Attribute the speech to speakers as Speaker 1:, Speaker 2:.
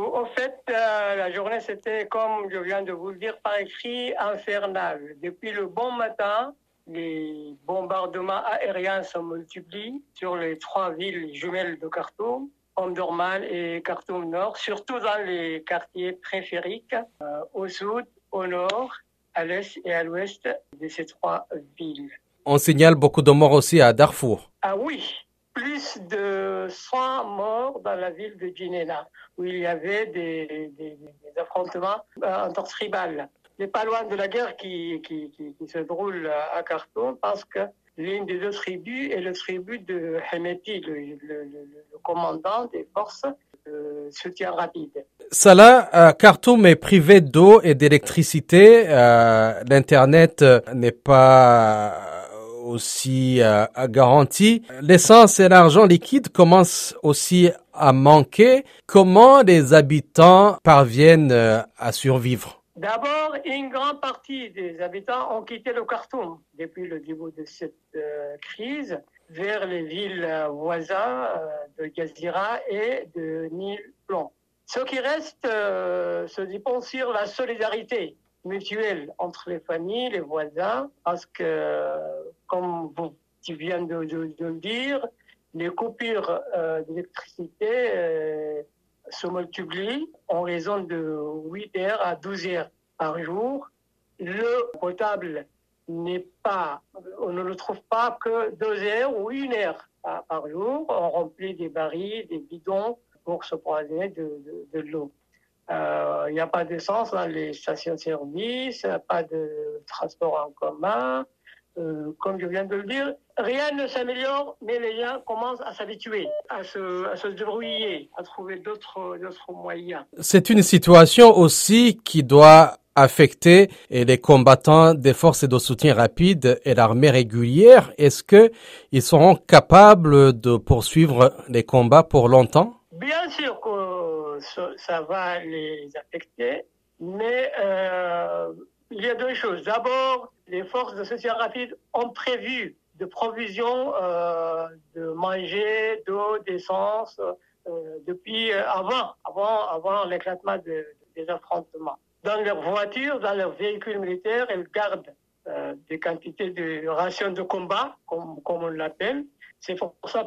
Speaker 1: Au fait, la journée, c'était, comme je viens de vous le dire par écrit, infernale. Depuis le bon matin, les bombardements aériens se multiplient sur les 3 villes jumelles de Khartoum, Omdurman et Khartoum Nord, surtout dans les quartiers périphériques, au sud, au nord, à l'est et à l'ouest de ces 3 villes.
Speaker 2: On signale beaucoup de morts aussi à Darfour.
Speaker 1: Ah oui, plus de 100 morts dans la ville de Djenena, où il y avait des affrontements intertribales. Il n'est pas loin de la guerre qui se déroule à Khartoum, parce que l'une des 2 tribus est la tribu de Hemeti, le commandant des forces de soutien rapide.
Speaker 2: Salah, Khartoum est privé d'eau et d'électricité. L'Internet n'est pas aussi garanti. L'essence et l'argent liquide commencent aussi à manquer. Comment les habitants parviennent à survivre?
Speaker 1: D'abord, une grande partie des habitants ont quitté le Khartoum depuis le début de cette crise vers les villes voisines de Gazira et de Nil-Blanc. Ce qui reste se dépend sur la solidarité mutuelle entre les familles, les voisins, parce que, comme tu viens de le dire, les coupures d'électricité se multiplient en raison de 8 heures à 12 heures par jour. Le potable on ne le trouve pas que 2 heures ou 1 heure par jour. On remplit des barils, des bidons pour se provisionner de l'eau. Il n'y a pas d'essence dans les stations-service, pas de transport en commun. Comme je viens de le dire, rien ne s'améliore, mais les gens commencent à s'habituer, à se débrouiller, à trouver d'autres moyens.
Speaker 2: C'est une situation aussi qui doit affecter les combattants des forces de soutien rapide et l'armée régulière. Est-ce que ils seront capables de poursuivre les combats pour longtemps?
Speaker 1: Bien sûr que ça va les affecter, mais il y a 2 choses. D'abord, les forces de soutien rapide ont prévu de provisions de manger, d'eau, d'essence depuis avant l'éclatement des affrontements. Dans leurs voitures, dans leurs véhicules militaires, elles gardent des quantités de rations de combat, comme on l'appelle. C'est pour ça